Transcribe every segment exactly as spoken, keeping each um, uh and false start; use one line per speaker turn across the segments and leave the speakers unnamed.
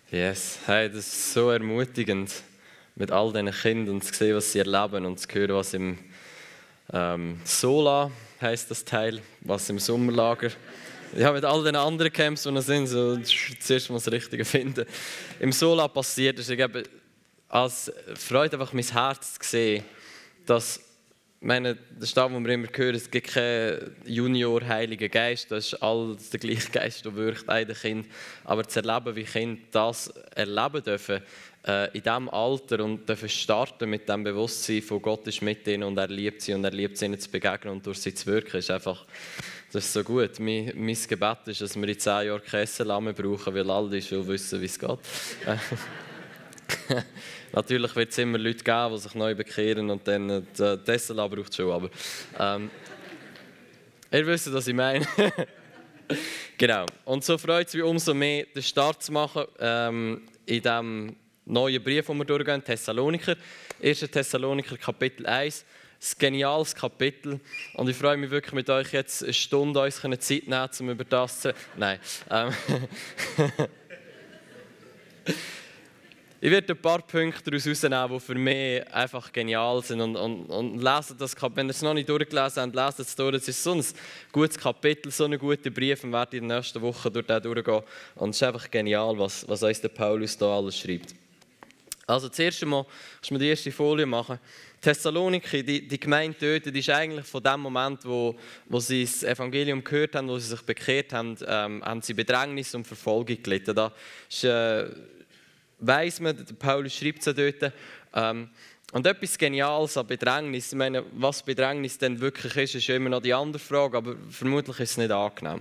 Yes, hey, das ist so ermutigend, mit all diesen Kindern zu sehen, was sie erleben und zu hören, was im ähm, Sola heisst das Teil, was im Sommerlager. Ja, mit all den anderen Camps, die noch sind, so zuerst mal das Richtige finden. Im Sola passiert ist, ich glaube, als Freude einfach mein Herz zu sehen, dass, ich meine, das ist das, was wir immer hören, es gibt keinen Junior-Heiligen Geist, das ist alles der gleiche Geist, der wirkt in den Kindern. Aber zu erleben, wie Kinder das erleben dürfen, äh, in diesem Alter und dürfen starten mit dem Bewusstsein von Gott ist mit ihnen und er liebt sie und er liebt sie, ihnen zu begegnen und durch sie zu wirken, ist einfach, das ist so gut. Mein, mein Gebet ist, dass wir in zehn Jahren kein S L A mehr brauchen, weil alle schon wissen, wie es geht. Natürlich wird es immer Leute geben, die sich neu bekehren und dann äh, die S L A braucht es schon, aber ähm, ihr wisst, was ich meine. Genau. Und so freut es mich umso mehr, den Start zu machen ähm, in diesem neuen Brief, den wir durchgehen, Thessaloniker. erster Thessaloniker, Kapitel eins. Ein geniales Kapitel. Und ich freue mich wirklich, mit euch jetzt eine Stunde uns Zeit nehmen, um über das zu... Nein. Ähm Ich werde ein paar Punkte daraus herausnehmen, die für mich einfach genial sind. Und, und, und lesen das Kapitel. Wenn ihr es noch nicht durchgelesen habt, lest es durch. Es ist so ein gutes Kapitel, so ein guter Brief. Wir werden in den nächsten Wochen durch den durchgehen. Und es ist einfach genial, was, was uns der Paulus da alles schreibt. Also das erste Mal, kannst du mir die erste Folie machen. Thessaloniki, die, die Gemeinde dort, die ist eigentlich von dem Moment, wo, wo sie das Evangelium gehört haben, wo sie sich bekehrt haben, ähm, haben sie Bedrängnis und Verfolgung gelitten. Da ist, äh, weiss man, der Paulus schreibt es ja dort. Ähm, und etwas Geniales an Bedrängnis, ich meine, was Bedrängnis denn wirklich ist, ist ja immer noch die andere Frage, aber vermutlich ist es nicht angenehm.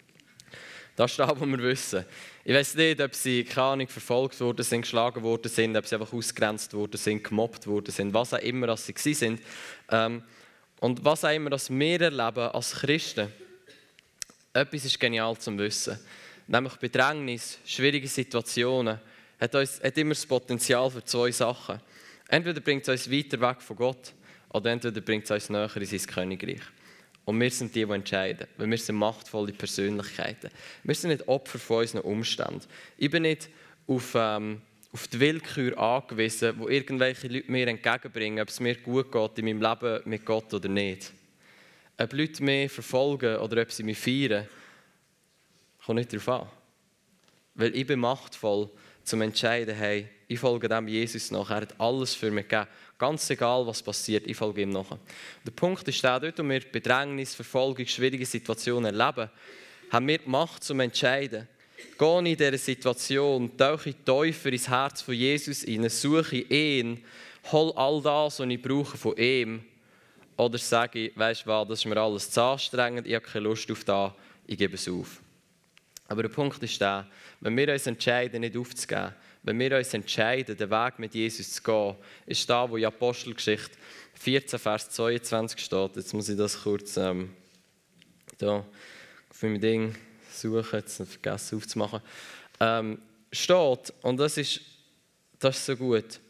Das ist das, was wir wissen. Ich weiss nicht, ob sie, keine Ahnung, verfolgt worden sind, geschlagen worden sind, ob sie einfach ausgegrenzt worden sind, gemobbt worden sind, was auch immer dass sie waren. Ähm, und was auch immer dass wir erleben als Christen, etwas ist genial zu wissen. Nämlich Bedrängnis, schwierige Situationen, hat, uns, hat immer das Potenzial für zwei Sachen. Entweder bringt es uns weiter weg von Gott, oder entweder bringt es uns näher in sein Königreich. Und wir sind die, die entscheiden, weil wir sind machtvolle Persönlichkeiten. Wir sind nicht Opfer von unseren Umständen. Ich bin nicht auf, ähm, auf die Willkür angewiesen, wo irgendwelche Leute mir entgegenbringen, ob es mir gut geht in meinem Leben mit Gott oder nicht. Ob Leute mich verfolgen oder ob sie mich feiern, kommt nicht darauf an. Weil ich bin machtvoll, zum entscheiden, hey, ich folge dem Jesus nach. Er hat alles für mich gegeben. Ganz egal, was passiert, ich folge ihm nach. Der Punkt ist der, dort, wo wir Bedrängnis, Verfolgung, schwierige Situationen erleben, haben wir die Macht zum entscheiden. Gehe in dieser Situation, tauche tiefer ins Herz von Jesus ein, suche ihn, hol all das, was ich brauche von ihm. Oder sage ich, weisst du was, das ist mir alles zu anstrengend, ich habe keine Lust auf das, ich gebe es auf. Aber der Punkt ist der, wenn wir uns entscheiden, nicht aufzugeben, wenn wir uns entscheiden, den Weg mit Jesus zu gehen, ist da, wo in Apostelgeschichte vierzehn, Vers zweiundzwanzig steht. Jetzt muss ich das kurz ähm, da auf meinem Ding suchen, jetzt habe ich vergessen aufzumachen. Ähm, steht, und das ist, das ist so gut.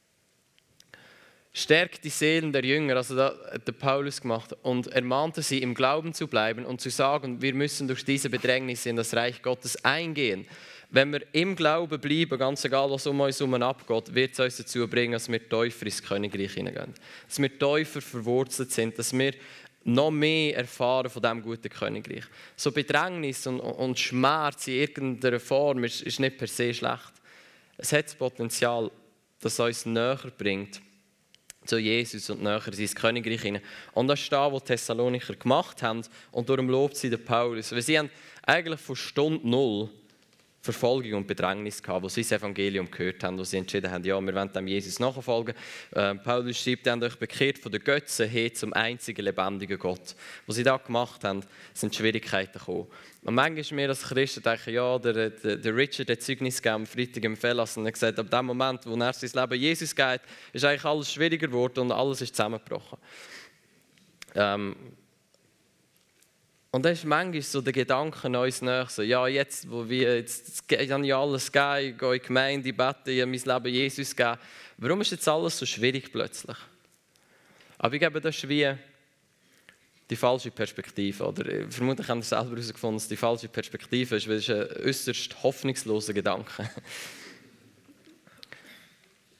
Stärkt die Seelen der Jünger, also das hat der Paulus gemacht, und ermahnte sie, im Glauben zu bleiben und zu sagen, wir müssen durch diese Bedrängnisse in das Reich Gottes eingehen. Wenn wir im Glauben bleiben, ganz egal was um uns herum abgeht, wird es uns dazu bringen, dass wir tiefer ins Königreich hineingehen. Dass wir tiefer verwurzelt sind, dass wir noch mehr erfahren von diesem guten Königreich. So Bedrängnis und, und Schmerz in irgendeiner Form ist, ist nicht per se schlecht. Es hat das Potenzial, dass es uns näher bringt zu Jesus und näher in sein Königreich hinein. Und das ist das, was die Thessaloniker gemacht haben. Und darum lobt sie den Paulus. Weil sie haben eigentlich von Stunde Null Verfolgung und Bedrängnis gehabt, wo sie das Evangelium gehört haben, wo sie entschieden haben, ja, wir wollen dem Jesus nachfolgen. Äh, Paulus schreibt, ihr habt euch bekehrt von den Götzen her zum einzigen lebendigen Gott. Was sie da gemacht haben, sind Schwierigkeiten gekommen. Und manchmal wir als Christen denken, ja, der, der, der Richard hat Zeugnis gegeben am Freitag im Fellas und er hat gesagt, ab dem Moment, wo er sein Leben Jesus geht, ist eigentlich alles schwieriger geworden und alles ist zusammengebrochen. Ähm, Und das ist manchmal so der Gedanke an uns nach, so, ja, jetzt, wo wir, jetzt, jetzt habe ich alles gegeben, ich gehe in die Gemeinde, ich bete, ich habe mein Leben Jesus gegeben. Warum ist jetzt alles so schwierig plötzlich? Aber ich glaube, das ist wie die falsche Perspektive. Oder vermutlich haben wir selber herausgefunden, dass die falsche Perspektive ist, weil es ist ein äußerst hoffnungsloser Gedanke.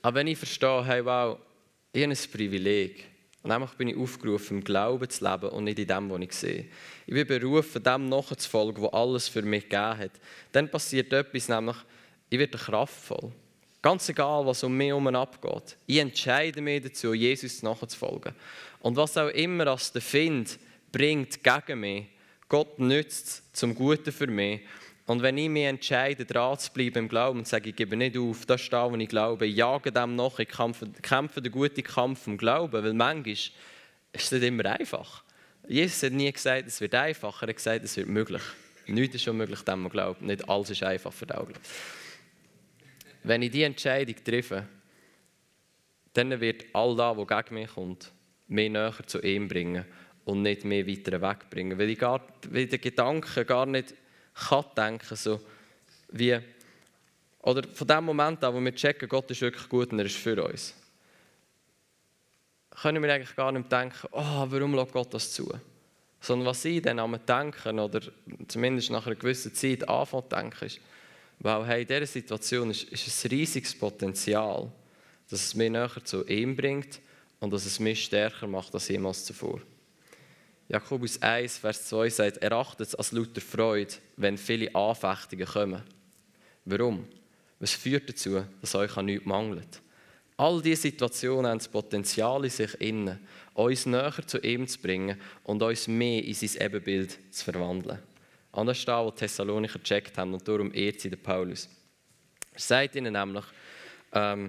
Aber wenn ich verstehe, hey, wow, ich habe ein Privileg. Und einfach bin ich aufgerufen, im Glauben zu leben und nicht in dem, was ich sehe. Ich bin berufen, dem nachzufolgen, was alles für mich gegeben hat. Dann passiert etwas, nämlich, ich werde kraftvoll. Ganz egal, was um mich herum abgeht. Ich entscheide mich dazu, Jesus nachzufolgen. Und was auch immer als der Find bringt gegen mich, Gott nützt es zum Guten für mich. Und wenn ich mich entscheide, dran zu bleiben im Glauben und sage, ich gebe nicht auf, das ist das, was ich glaube, ich jage dem nach, ich kämpfe, kämpfe den guten Kampf im Glauben, weil manchmal ist es nicht immer einfach. Jesus hat nie gesagt, es wird einfach, er hat gesagt, es wird möglich. Nichts ist unmöglich, dem man glaubt, nicht alles ist einfach für die Augen. Wenn ich diese Entscheidung treffe, dann wird all das, was gegen mich kommt, mich näher zu ihm bringen und nicht mehr weiter wegbringen. Weil ich, gar, weil der Gedanke gar nicht kann denken, so wie, oder von dem Moment an, wo wir checken, Gott ist wirklich gut und er ist für uns, können wir eigentlich gar nicht denken, oh, warum lässt Gott das zu? Sondern was ich dann am Denken, oder zumindest nach einer gewissen Zeit anfangen zu denken, ist, wow, hey, in dieser Situation ist, ist ein riesiges Potenzial, dass es mich näher zu ihm bringt und dass es mich stärker macht als jemals zuvor. Jakobus eins, Vers zwei sagt, erachtet es als lauter Freude, wenn viele Anfechtungen kommen. Warum? Es führt dazu, dass euch an nichts mangelt. All diese Situationen haben das Potenzial in sich innen, uns näher zu ihm zu bringen und uns mehr in sein Ebenbild zu verwandeln. Und das ist das, was die Thessalonicher gecheckt haben und darum ehrt sie den Paulus. Er sagt ihnen nämlich, ähm,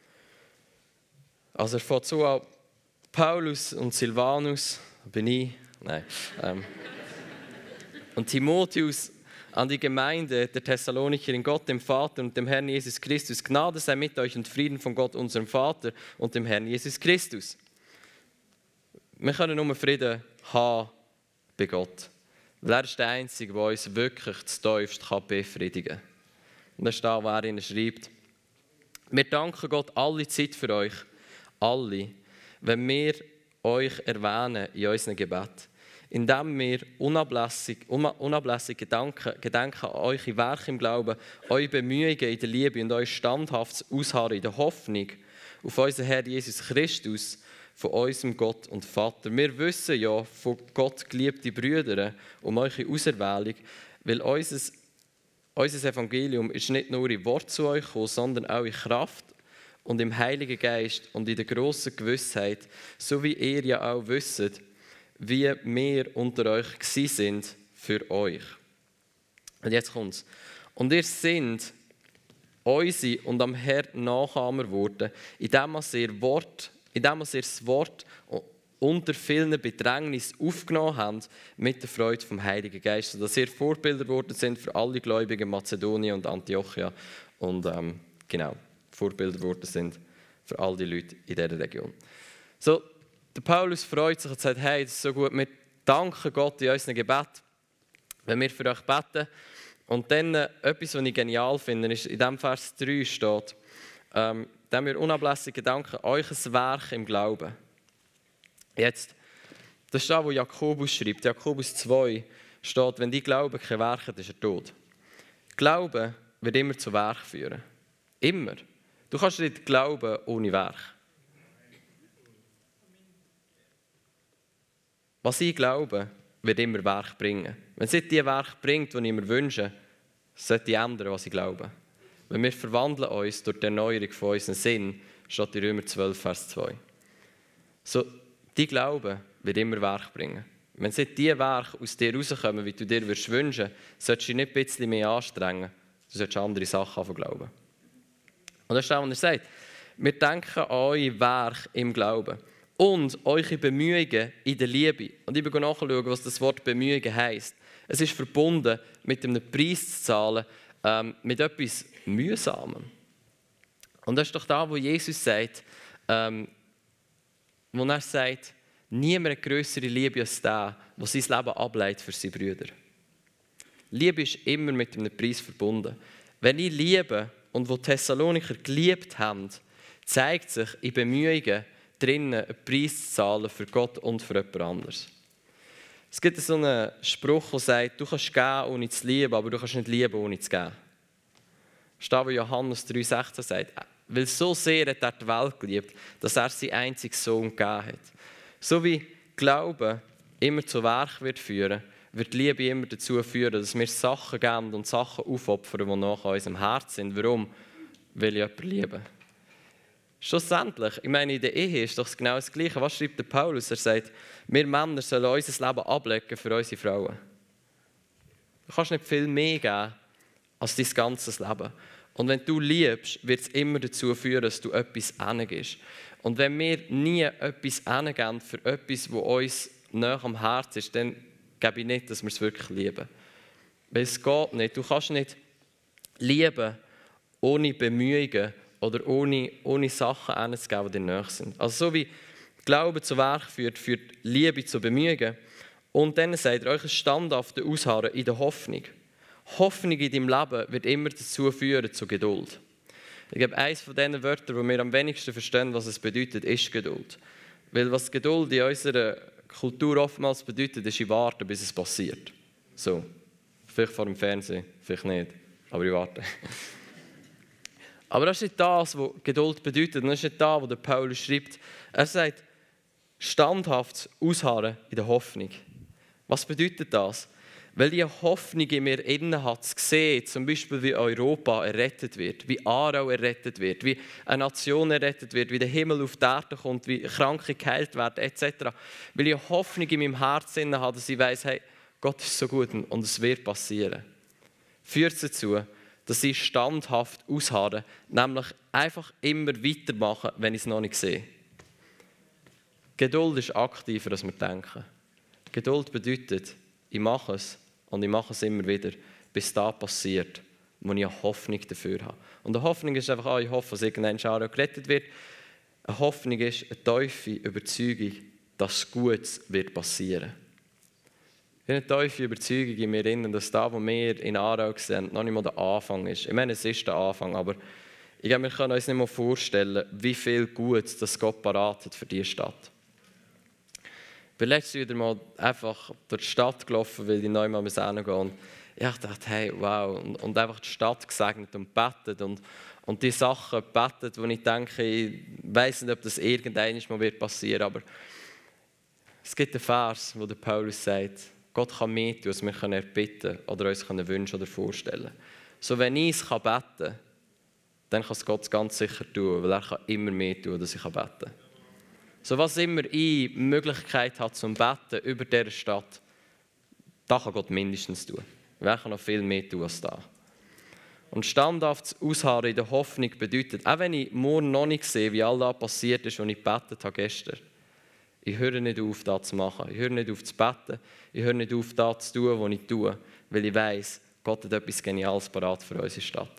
also er fährt so an, Paulus und Silvanus, bin ich, nein, ähm, und Timotheus an die Gemeinde der Thessalonicher in Gott, dem Vater und dem Herrn Jesus Christus. Gnade sei mit euch und Frieden von Gott, unserem Vater und dem Herrn Jesus Christus. Wir können nur Frieden haben bei Gott. Weil er ist der Einzige, der uns wirklich das Tiefste befriedigen kann. Und das ist da, wo er ihnen schreibt. Wir danken Gott alle Zeit für euch, alle, wenn wir euch erwähnen in unseren Gebet, indem wir unablässig, unablässig gedanken, gedenken an eure Werke im Glauben, eure Bemühungen in der Liebe und euer standhaftes Ausharren in der Hoffnung auf unseren Herrn Jesus Christus, von unserem Gott und Vater. Wir wissen ja von Gott geliebte Brüder um eure Auserwählung, weil unser, unser Evangelium ist nicht nur in Wort zu euch gekommen, sondern auch in Kraft und im Heiligen Geist und in der grossen Gewissheit, so wie ihr ja auch wisst, wie wir unter euch gsi sind für euch. Und jetzt kommt's. Und ihr seid unsere und am Herrn Nachahmer geworden, indem ihr Wort, indem ihr das Wort unter vielen Bedrängnissen aufgenommen habt mit der Freude vom Heiligen Geist, sodass ihr Vorbilder geworden sind für alle Gläubigen in Mazedonien und Antiochia und ähm, genau, Vorbilder geworden sind für all die Leute in dieser Region. So, der Paulus freut sich und sagt, hey, das ist so gut, wir danken Gott in unserem Gebet, wenn wir für euch beten. Und dann äh, etwas, was ich genial finde, ist, in diesem Vers drei steht, ähm, dass wir unablässig gedanken, euch ein Werk im Glauben. Jetzt, das ist das, was Jakobus schreibt. Jakobus zwei steht, wenn die Glauben kein Werk hat, ist er tot. Glauben wird immer zu Werk führen. Immer. Du kannst nicht glauben ohne Werk. Was ich glaube, wird immer Werk bringen. Wenn es nicht die Werk bringt, die ich mir wünsche, sollte ich ändern, was ich glaube. Wenn wir verwandeln uns durch die Erneuerung von unserem Sinn, steht in Römer zwölf, Vers zwei. So, die Glaube wird immer Werk bringen. Wenn es nicht die Werke aus dir rauskommen, wie du dir wünschen würdest, solltest du dich nicht ein bisschen mehr anstrengen. Du solltest andere Sachen anfangen glauben. Und das ist das, was er sagt. Wir denken an eure Werke im Glauben. Und eure Bemühungen in der Liebe. Und ich will nachschauen, was das Wort Bemühungen heisst. Es ist verbunden mit einem Preis zu zahlen, ähm, mit etwas Mühsamem. Und das ist doch da, wo Jesus sagt, ähm, wo er sagt, niemand hat grössere Liebe als der, der sein Leben ableitet für seine Brüder. Liebe ist immer mit einem Preis verbunden. Wenn ich liebe und wo die Thessalonicher geliebt haben, zeigt sich in Bemühungen, drinnen einen Preis zu zahlen für Gott und für jemand anderes. Es gibt so einen Spruch, der sagt, du kannst geben, ohne zu lieben, aber du kannst nicht lieben, ohne zu geben. Das ist das, was Johannes drei sechzehn sagt. Weil so sehr hat er die Welt geliebt, dass er seinen einzigen Sohn gegeben hat. So wie Glaube immer zu Werk wird führen, wird die Liebe immer dazu führen, dass wir Sachen geben und Sachen aufopfern, die nach unserem Herz sind. Warum? Weil ich jemanden liebe. Schlussendlich, ich meine, in der Ehe ist doch genau das Gleiche. Was schreibt der Paulus? Er sagt, wir Männer sollen unser Leben ablegen für unsere Frauen. Du kannst nicht viel mehr geben als dein ganzes Leben. Und wenn du liebst, wird es immer dazu führen, dass du etwas hingibst. Und wenn wir nie etwas hingeben für etwas, das uns nahe am Herzen ist, dann gebe ich nicht, dass wir es wirklich lieben. Weil es geht nicht. Du kannst nicht lieben ohne Bemühungen oder ohne, ohne Sachen hinzugeben, die dir nahe sind. Also so wie Glaube zu Werk führt, führt Liebe zu Bemühungen. Und dann sagt er, euch standhafte Ausharren in der Hoffnung. Hoffnung in deinem Leben wird immer dazu führen, zu Geduld. Ich glaube, eines von diesen Wörtern, die wir am wenigsten verstehen, was es bedeutet, ist Geduld. Weil was Geduld in unserer Kultur oftmals bedeutet, ist, ich warte, bis es passiert. So. Vielleicht vor dem Fernsehen, vielleicht nicht, aber ich warte. Aber das ist nicht das, was Geduld bedeutet. Und das ist nicht das, was der Paulus schreibt. Er sagt, standhaft ausharren in der Hoffnung. Was bedeutet das? Weil die Hoffnung in mir innen hat, zu sehen, zum Beispiel wie Europa errettet wird, wie Aarau errettet wird, wie eine Nation errettet wird, wie der Himmel auf die Erde kommt, wie Kranke geheilt werden, et cetera. Weil ich Hoffnung in meinem Herzen innen habe, dass ich weiss, hey, Gott ist so gut und es wird passieren. Führt dazu, dass ich standhaft ausharre, nämlich einfach immer weitermachen, wenn ich es noch nicht sehe. Geduld ist aktiver, als wir denken. Geduld bedeutet, ich mache es und ich mache es immer wieder, bis das passiert, wo ich eine Hoffnung dafür habe. Und eine Hoffnung ist einfach, oh, ich hoffe, dass irgendein Schauer gerettet wird. Eine Hoffnung ist eine tiefe Überzeugung, dass Gutes wird passieren. Ich habe eine tiefe Überzeugung in mir drin, dass das, was wir in Aarau sehen, noch nicht mal der Anfang ist. Ich meine, es ist der Anfang, aber ich glaube, wir können uns nicht mal vorstellen, wie viel Gutes das Gott parat hat für diese Stadt. Ich bin letztes wieder mal einfach durch die Stadt gelaufen, weil ich neu mal hingehen und ich dachte, hey, wow, und, und einfach die Stadt gesegnet und betet und, und die Sachen betet, wo ich denke, ich weiss nicht, ob das irgendwann mal passieren wird, aber es gibt einen Vers, wo der Paulus sagt, Gott kann mehr tun, als wir erbitten oder uns wünschen oder vorstellen. So, wenn ich es beten kann, dann kann es Gott ganz sicher tun, weil er kann immer mehr tun, als ich beten kann. So, was immer ich die Möglichkeit habe zum Beten über dieser Stadt, da kann Gott mindestens tun. Wer kann noch viel mehr tun als da? Und standhaftes Ausharren in der Hoffnung bedeutet, auch wenn ich morgen noch nicht sehe, wie all das passiert ist, was ich gebetet habe gestern, ich höre nicht auf, das zu machen. Ich höre nicht auf zu beten. Ich höre nicht auf, das zu tun, was ich tue, weil ich weiss, Gott hat etwas Geniales parat für unsere Stadt.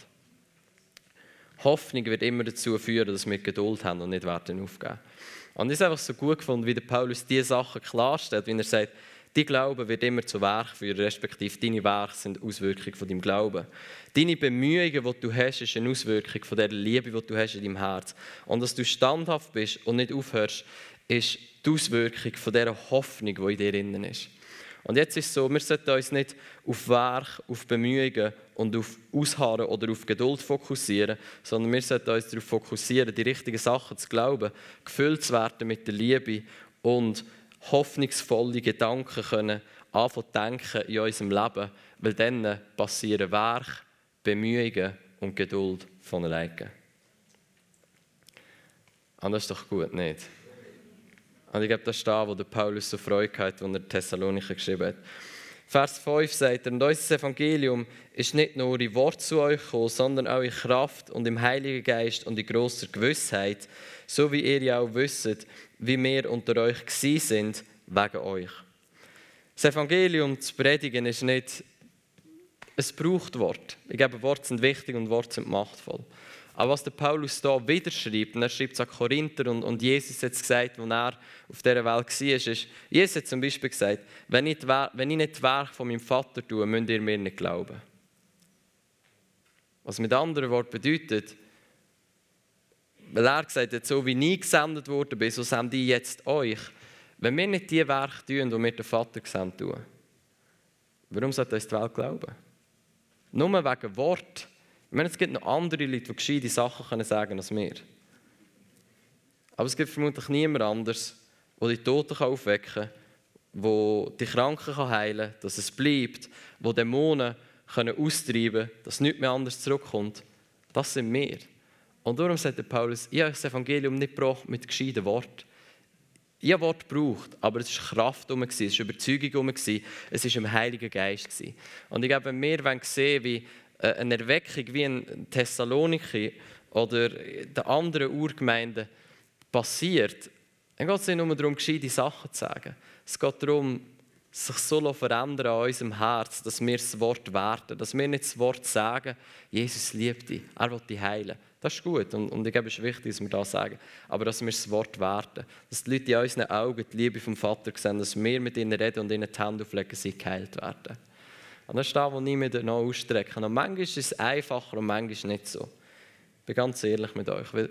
Hoffnung wird immer dazu führen, dass wir Geduld haben und nicht werden aufgeben. Und ich habe es einfach so gut gefunden, wie der Paulus diese Sachen klarstellt, wie er sagt, dein Glaube wird immer zu Werk führen, respektive deine Werke sind Auswirkung von deinem Glauben. Deine Bemühungen, die du hast, ist eine Auswirkung von der Liebe, die du hast in deinem Herz. Und dass du standhaft bist und nicht aufhörst, ist die Auswirkung von dieser Hoffnung, die in dir drin ist. Und jetzt ist es so, wir sollten uns nicht auf Werk, auf Bemühungen und auf Ausharren oder auf Geduld fokussieren, sondern wir sollten uns darauf fokussieren, die richtigen Sachen zu glauben, gefüllt zu werden mit der Liebe und hoffnungsvolle Gedanken können anfangen zu denken in unserem Leben, weil dann passieren Werk, Bemühungen und Geduld von alleine. Und das ist doch gut, nicht? Und ich glaube, das ist da, wo der Paulus so Freude hat, als er Thessalonicher geschrieben hat. Vers fünf sagt er, und unser Evangelium ist nicht nur in Wort zu euch gekommen, sondern auch in Kraft und im Heiligen Geist und in grosser Gewissheit, so wie ihr ja auch wisst, wie wir unter euch gsi sind, wegen euch. Das Evangelium zu predigen ist nicht, es braucht Wort. Ich glaube, Worte sind wichtig und Worte sind machtvoll. Aber was der Paulus hier wieder schreibt, und er schreibt es an Korinther und, und Jesus hat es gesagt, als er auf dieser Welt war, ist, Jesus hat zum Beispiel gesagt, wenn ich, wenn ich nicht das Werk von meinem Vater tue, müsst ihr mir nicht glauben. Was mit anderen Worten bedeutet, weil er gesagt hat, so wie ich gesendet worden bin, so sende ich jetzt euch. Wenn wir nicht die Werke tun, die wir den Vater gesendet tun, warum sollte uns die Welt glauben? Nur wegen Wort Ich meine, es gibt noch andere Leute, die gescheite Sachen können sagen als wir. Aber es gibt vermutlich niemand anderes, der die Toten aufwecken kann, der die Kranken heilen kann, dass es bleibt, der Dämonen können austreiben können, dass nichts mehr anders zurückkommt. Das sind wir. Und darum sagt der Paulus, ich habe das Evangelium nicht gebracht mit gescheiten Worten. Ich habe Wort gebraucht, aber es war Kraft herum, es war Überzeugung herum, es war im Heiligen Geist. Und ich glaube, wir wollen sehen, wie eine Erweckung wie in Thessaloniki oder den anderen Urgemeinden passiert. Dann geht es nicht nur darum, gescheite Sachen zu sagen. Es geht darum, sich so verändern an unserem Herz, dass wir das Wort werden, dass wir nicht das Wort sagen, Jesus liebt dich, er will dich heilen. Das ist gut und, und ich glaube, es ist wichtig, dass wir das sagen. Aber dass wir das Wort werden, dass die Leute in unseren Augen die Liebe vom Vater sehen, dass wir mit ihnen reden und ihnen die Hände auflegen, sie geheilt werden. Und das ist das, was ich mir noch ausstrecke. Und manchmal ist es einfacher und manchmal nicht so. Ich bin ganz ehrlich mit euch. Weil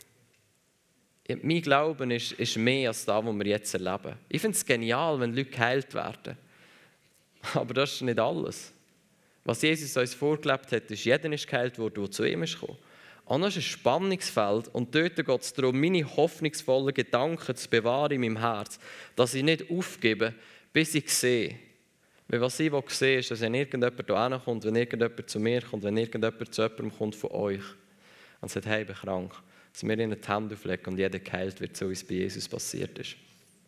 mein Glauben ist, ist mehr als das, was wir jetzt erleben. Ich finde es genial, wenn Leute geheilt werden. Aber das ist nicht alles. Was Jesus uns vorgelebt hat, ist, jeder ist geheilt worden, der zu ihm ist gekommen. Und das ist ein Spannungsfeld und dort geht es darum, meine hoffnungsvollen Gedanken zu bewahren in meinem Herz, dass ich nicht aufgebe, bis ich sehe. Weil was ich sehe, ist, dass wenn irgendjemand hierher kommt, wenn irgendjemand zu mir kommt, wenn irgendjemand zu jemandem kommt von euch und sagt, hey, ich bin krank, dass wir ihnen die Hände auflegen und jeder geheilt wird, so wie es bei Jesus passiert ist.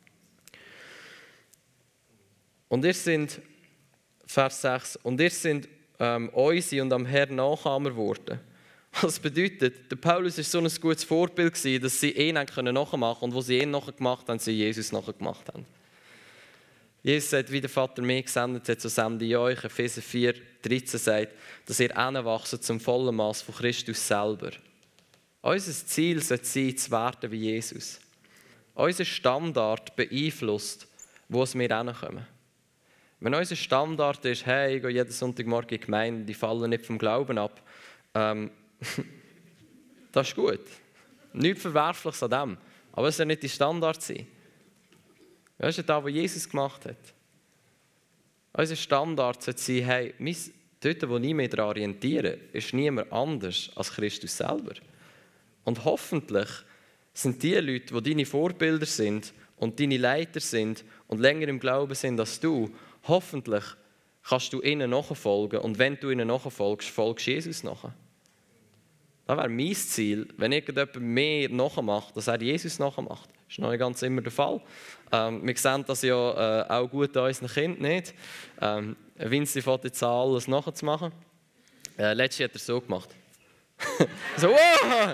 Und ihr sind, Vers sechs, und ihr sind ähm, unsere und am Herrn Nachahmer geworden. Was bedeutet, der Paulus war so ein gutes Vorbild gewesen, dass sie ihn nachmachen konnten und wo sie ihn nachgemacht haben, sie Jesus nachgemacht haben. Jesus sagt, wie der Vater mich gesendet hat, so sende ich euch. Epheser vier, dreizehn sagt, dass ihr hinwachsen zum vollen Maß von Christus selber. Unser Ziel sollte sein, zu werden wie Jesus. Unser Standard beeinflusst, wo es wir hinkommen. Wenn unser Standard ist, hey, ich gehe jeden Sonntagmorgen in die Gemeinde, die fallen nicht vom Glauben ab, ähm, das ist gut. Nichts Verwerfliches an dem. Aber es soll nicht der Standard sein. Das ist das, was Jesus gemacht hat. Unser Standard sollte sein, hey, dort, wo ich mich daran orientiere, ist niemand anders als Christus selber. Und hoffentlich sind die Leute, die deine Vorbilder sind und deine Leiter sind und länger im Glauben sind als du, hoffentlich kannst du ihnen nachfolgen. Und wenn du ihnen nachfolgst, folgst du Jesus nach. Das wäre mein Ziel, wenn irgendjemand mehr nachmacht, dass er Jesus nachmacht. Das ist noch nicht ganz immer der Fall. Ähm, wir sehen das ja äh, auch gut an unseren Kindern nicht. Ähm, Vinci fängt jetzt an, alles nachzumachen. Äh, letztes Jahr hat er so gemacht. so, wow!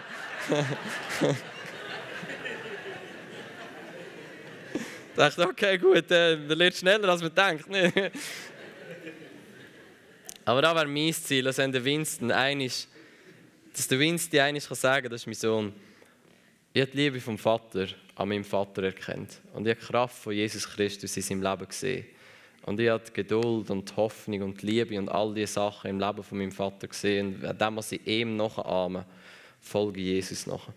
Ich dachte, okay, gut, äh, der lernt schneller, als man denkt. Aber das wäre mein Ziel, dass der Winston einig, dass der Winston einig kann sagen, das ist mein Sohn. Ich habe die Liebe vom Vater an meinem Vater erkannt. Und ich habe die Kraft von Jesus Christus in seinem Leben gesehen. Und ich habe die Geduld und die Hoffnung und die Liebe und all diese Sachen im Leben von meinem Vater gesehen. Und dem, was ich ihm nachahmen, folge Jesus nach.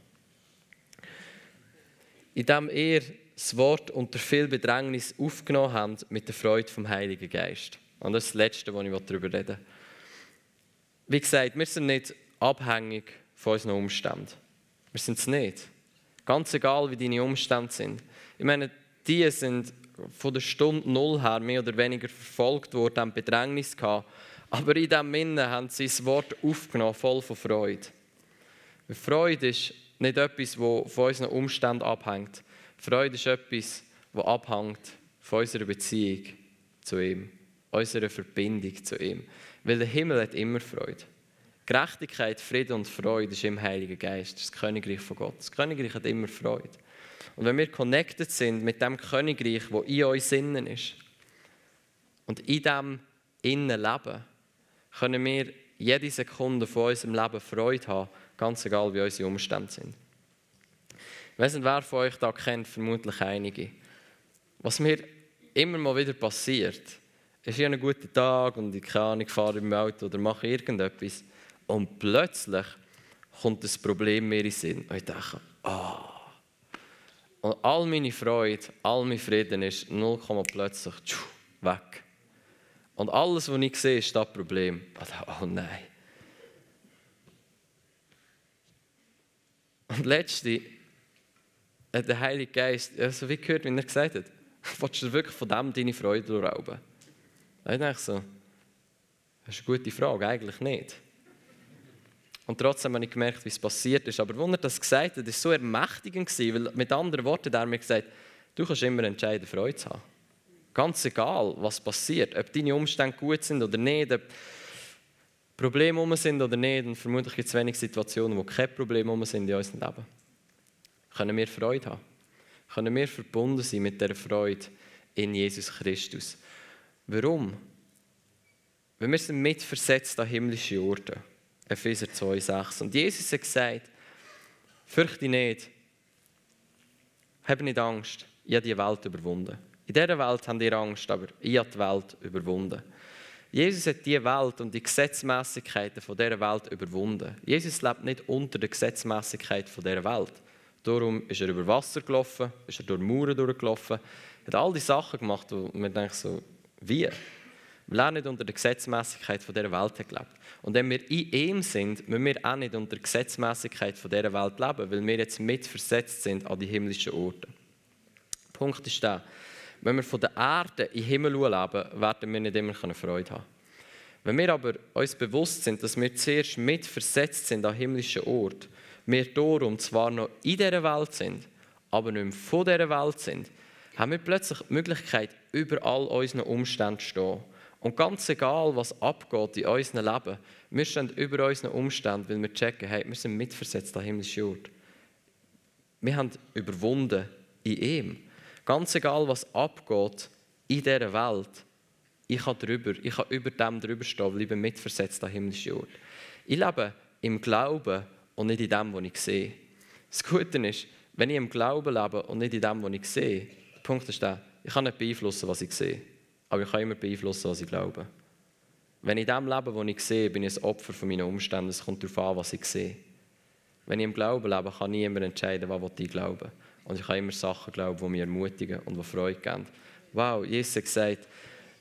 Indem ihr das Wort unter viel Bedrängnis aufgenommen habt mit der Freude vom Heiligen Geist. Und das ist das Letzte, was ich darüber reden will. Wie gesagt, wir sind nicht abhängig von unseren Umständen. Wir sind es nicht. Ganz egal, wie deine Umstände sind. Ich meine, die sind von der Stunde Null her mehr oder weniger verfolgt worden, haben Bedrängnis gehabt. Aber in diesem Sinne haben sie das Wort aufgenommen, voll von Freude. Weil Freude ist nicht etwas, das von unseren Umständen abhängt. Freude ist etwas, das abhängt von unserer Beziehung zu ihm, unserer Verbindung zu ihm. Weil der Himmel hat immer Freude. Gerechtigkeit, Frieden und Freude ist im Heiligen Geist, das Königreich von Gott. Das Königreich hat immer Freude. Und wenn wir connected sind mit dem Königreich, das in uns innen ist, und in diesem innen leben, können wir jede Sekunde von unserem Leben Freude haben, ganz egal wie unsere Umstände sind. Ich weiss nicht, wer von euch da kennt, vermutlich einige. Was mir immer mal wieder passiert, ist, ich habe einen guten Tag und ich keine Ahnung, fahre im Auto oder mache irgendetwas. Und plötzlich kommt das Problem mir in den Sinn. Und ich denke, ah. Oh. Und all meine Freude, all mein Frieden ist null, plötzlich tschuh, weg. Und alles, was ich sehe, ist das Problem. Oh nein. Und letzte, hat der Heilige Geist, also wie gehört, wie er gesagt hat, willst du wirklich von dem deine Freude rauben? Da ich dachte so, das ist eine gute Frage, eigentlich nicht. Und trotzdem habe ich gemerkt, wie es passiert ist. Aber als er das gesagt hat, war es so ermächtigend, weil mit anderen Worten hat er mir gesagt, du kannst immer entscheiden, Freude zu haben. Ganz egal, was passiert, ob deine Umstände gut sind oder nicht, ob Probleme um sind oder nicht, und vermutlich gibt es wenig Situationen, wo keine Probleme um sind in unserem Leben. Können wir Freude haben? Können wir verbunden sein mit dieser Freude in Jesus Christus? Warum? Weil wir sind mitversetzt an himmlische Orte. Epheser zwei sechs. Und Jesus hat gesagt, fürchte nicht, hab nicht Angst, ich habe die Welt überwunden. In dieser Welt habt ihr Angst, aber ich habe die Welt überwunden. Jesus hat die Welt und die Gesetzmäßigkeiten von dieser Welt überwunden. Jesus lebt nicht unter der Gesetzmäßigkeit von dieser Welt. Darum ist er über Wasser gelaufen, ist er durch Mauern durchgelaufen, hat all die Sachen gemacht, wo man denkt so, wie? Weil er nicht unter der Gesetzmäßigkeit von dieser Welt hat gelebt. Und wenn wir in ihm sind, müssen wir auch nicht unter der Gesetzmäßigkeit von dieser Welt leben, weil wir jetzt mitversetzt sind an die himmlischen Orte. Der Punkt ist der, wenn wir von der Erde in den Himmel leben, werden wir nicht immer Freude haben. Wenn wir aber uns bewusst sind, dass wir zuerst mitversetzt sind an himmlischen Orten, wir darum zwar noch in dieser Welt sind, aber nicht mehr von dieser Welt sind, haben wir plötzlich die Möglichkeit, über all unseren Umständen zu stehen. Und ganz egal, was abgeht in unserem Leben, wir stehen über unseren Umständen, weil wir checken, hey, wir sind mitversetzt an himmlische Orte. Wir haben überwunden in ihm. Ganz egal, was abgeht in dieser Welt, ich kann, drüber, ich kann über dem drüber stehen, weil ich bin mitversetzt an himmlische Orte. Ich lebe im Glauben und nicht in dem, was ich sehe. Das Gute ist, wenn ich im Glauben lebe und nicht in dem, was ich sehe, der Punkt ist der, ich kann nicht beeinflussen, was ich sehe, aber ich kann immer beeinflussen, was ich glaube. Wenn ich in dem lebe, was ich sehe, bin ich ein Opfer von meinen Umständen. Es kommt darauf an, was ich sehe. Wenn ich im Glauben lebe, kann ich immer entscheiden, was ich glaube. Und ich kann immer Sachen glauben, die mich ermutigen und die Freude geben. Wow, Jesus hat gesagt,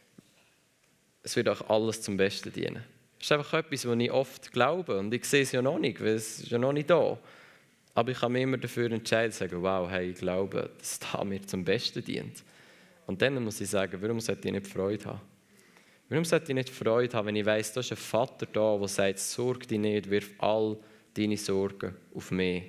es wird euch alles zum Besten dienen. Das ist einfach etwas, was ich oft glaube. Und ich sehe es ja noch nicht, weil es ist ja noch nicht da. Aber ich kann mich immer dafür entscheiden, zu sagen, wow, hey, ich glaube, dass es da mir zum Besten dient. Und dann muss ich sagen, warum sollte ich nicht Freude haben? Warum sollte ich nicht Freude haben, wenn ich weiss, da ist ein Vater da, der sagt, sorge dich nicht, wirf all deine Sorgen auf mich.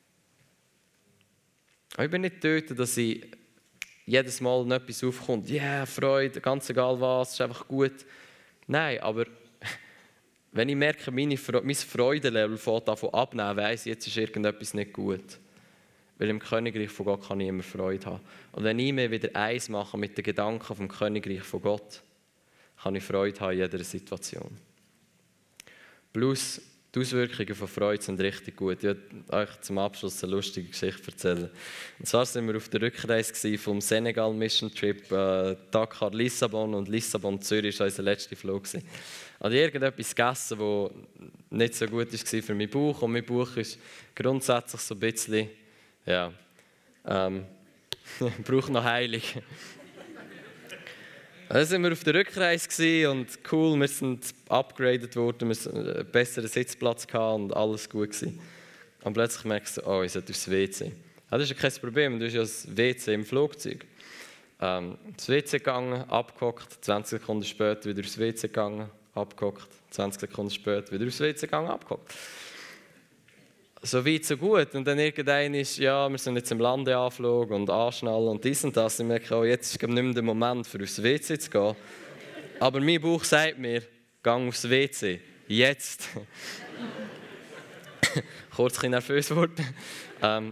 Aber ich bin nicht dort, dass ich jedes Mal noch etwas aufkommt. Ja, yeah, Freude, ganz egal was, ist einfach gut. Nein, aber wenn ich merke, meine Fre- mein Freudenlevel fängt davon abnehmen, weiss ich, jetzt ist irgendetwas nicht gut. Weil im Königreich von Gott kann ich immer Freude haben. Und wenn ich mir wieder eins mache mit den Gedanken vom Königreich von Gott, kann ich Freude haben in jeder Situation. Plus, die Auswirkungen von Freude sind richtig gut. Ich werde euch zum Abschluss eine lustige Geschichte erzählen. Und zwar waren wir auf der Rückreise vom Senegal Mission Trip, äh, Dakar, Lissabon und Lissabon, Zürich war unser letzter Flug. Ich habe irgendetwas gegessen, das nicht so gut war für meinen Bauch. Und mein Bauch ist grundsätzlich so ein bisschen, ja, ähm, braucht noch Heilung. Dann waren wir auf der Rückreise und cool, wir sind upgraded worden, wir hatten einen besseren Sitzplatz und alles gut gewesen. Und plötzlich merkst du, oh, ich sollte aufs W C. Ja, das ist ja kein Problem, du hast ja das W C im Flugzeug. Ähm, ins W C gegangen, abgehockt, zwanzig Sekunden später wieder aufs W C gegangen, abgehockt, zwanzig Sekunden später wieder aufs W C gegangen, abgehockt. So weit, so gut. Und dann irgendwann ist, ja, wir sind jetzt im Landeanflug und anschnallen und dies und das. Ich merke, oh, jetzt ist nicht mehr der Moment, für aufs W C zu gehen. Aber mein Bauch sagt mir, geh aufs W C. Jetzt. Kurz ein bisschen nervös geworden. Ähm.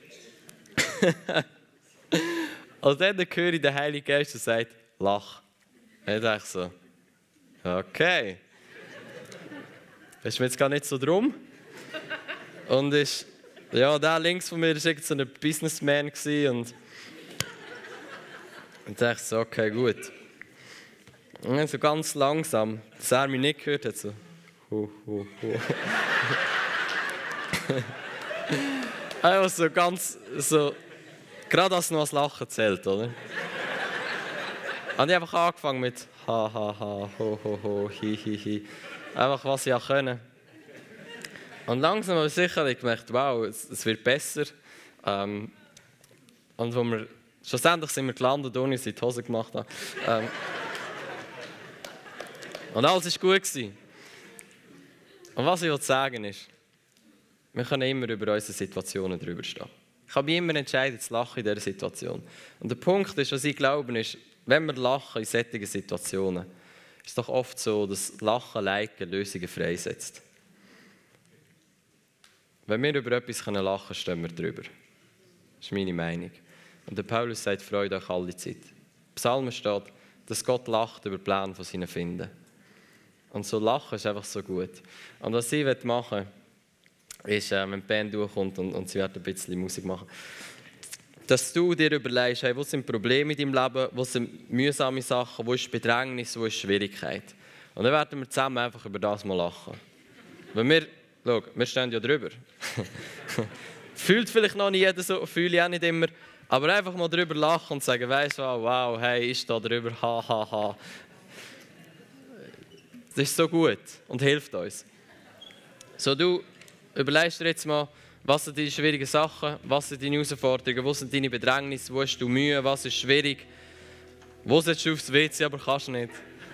Und dann höre ich den Heiligen Geist, der sagt, lach. Und ich dachte so, okay. Das ist mir jetzt gar nicht so drum. Und ist, ja, der links von mir war so ein Businessman und ich dachte so, okay, gut. Und dann so ganz langsam, dass er mich nicht gehört hat, so hu, hu, hu. Einfach so ganz, so, gerade als noch das Lachen zählt, oder? Und ich habe einfach angefangen mit ha, ha, ha, ho, ho, ho, hi, hi, hi. Einfach, was ich auch können. Und langsam aber sicher habe ich gemerkt, wow, es, es wird besser. Ähm, und wo wir, schlussendlich sind wir gelandet, ohne dass ich die Hose gemacht habe. Ähm, und alles war gut gewesen. Und was ich sagen will, ist, wir können immer über unsere Situationen drüber stehen. Ich habe mich immer entschieden, zu lachen in dieser Situation. Und der Punkt ist, was ich glaube, ist, wenn wir lachen in solchen Situationen, ist es doch oft so, dass Lachen Liken Lösungen freisetzt. Wenn wir über etwas lachen können, stehen wir drüber. Das ist meine Meinung. Und der Paulus sagt, freut euch alle Zeit. Im Psalmen steht, dass Gott lacht über die Pläne von seinen Finden. Und so lachen ist einfach so gut. Und was ich machen möchte, ist, äh, wenn die Band durchkommt und, und sie wird ein bisschen Musik machen, dass du dir überlegst, hey, wo sind Probleme in deinem Leben, wo sind mühsame Sachen, wo ist Bedrängnis, wo ist Schwierigkeit. Und dann werden wir zusammen einfach über das mal lachen. Weil wir, schau, wir stehen ja drüber. Fühlt vielleicht noch nicht jeder so, fühle ich auch nicht immer, aber einfach mal drüber lachen und sagen, weißt du, wow, hey, ich stehe drüber, ha, ha, ha. Das ist so gut und hilft uns. So, du überlegst dir jetzt mal, was sind deine schwierigen Sachen, was sind deine Herausforderungen, wo sind deine Bedrängnisse, wo hast du Mühe, was ist schwierig, wo sollst du aufs W C, aber kannst nicht.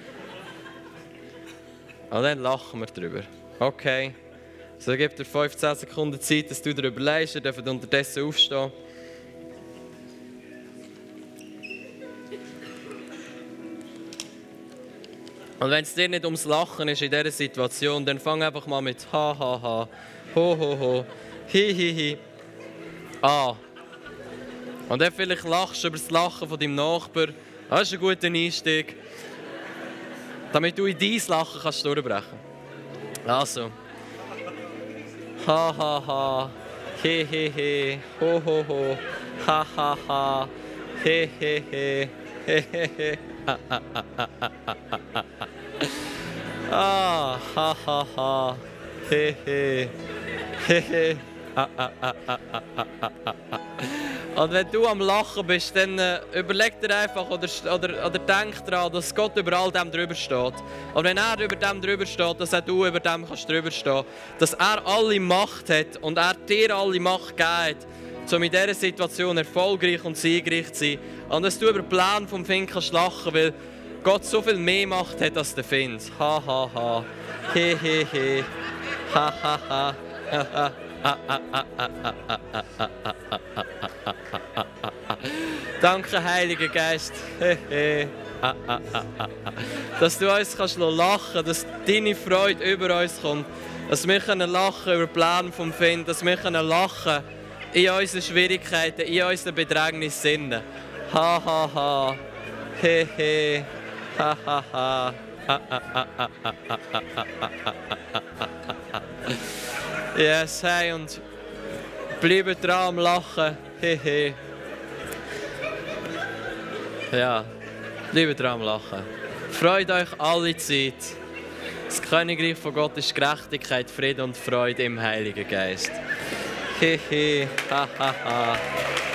Und dann lachen wir drüber. Okay, so gib dir fünfzehn Sekunden Zeit, dass du dir überlegst, ihr dürft unterdessen aufstehen. Und wenn es dir nicht ums Lachen ist in dieser Situation, dann fang einfach mal mit ha, ha, ha, ho, ho, ho, hi, hi, hi an. Und dann vielleicht lachst du über das Lachen von deinem Nachbar. Das ist ein guter Einstieg, damit du in dein Lachen kannst durchbrechen. Also. Ha, ha, ha, he, he, he, ho, ho, ho, ha, ha, ha, he, he, he, he, he, he. Ah, ha, ha, ha, he, he, he, he. Und wenn du am Lachen bist, dann äh, überleg dir einfach oder, oder, oder denk daran, dass Gott über all dem drüber steht. Und wenn er über dem drüber steht, dass auch du über dem kannst drüber stehen. Dass er alle Macht hat und er dir alle Macht gibt, um in dieser Situation erfolgreich und siegreich zu sein. Und dass du über den Plan vom Find kannst lachen, weil Gott so viel mehr Macht hat als der Find. Ha, ha, ha. He, he, he. Ha, ha, ha. Ha, ha. Danke, Heiliger Geist, dass du uns kannst lachen, dass deine Freude über uns kommt, dass wir können lachen über den Plan vom Find, dass wir können lachen in unseren Schwierigkeiten, in unseren Bedrängnissen. Ha, ha, ha, he, he, ha, ha, ha. Yes, hey, und bleibt dran am Lachen. Hehe. Ja, bleibt dran am Lachen. Freut euch alle Zeit. Das Königreich von Gott ist Gerechtigkeit, Friede und Freude im Heiligen Geist. Hehe. Ha, ha, ha.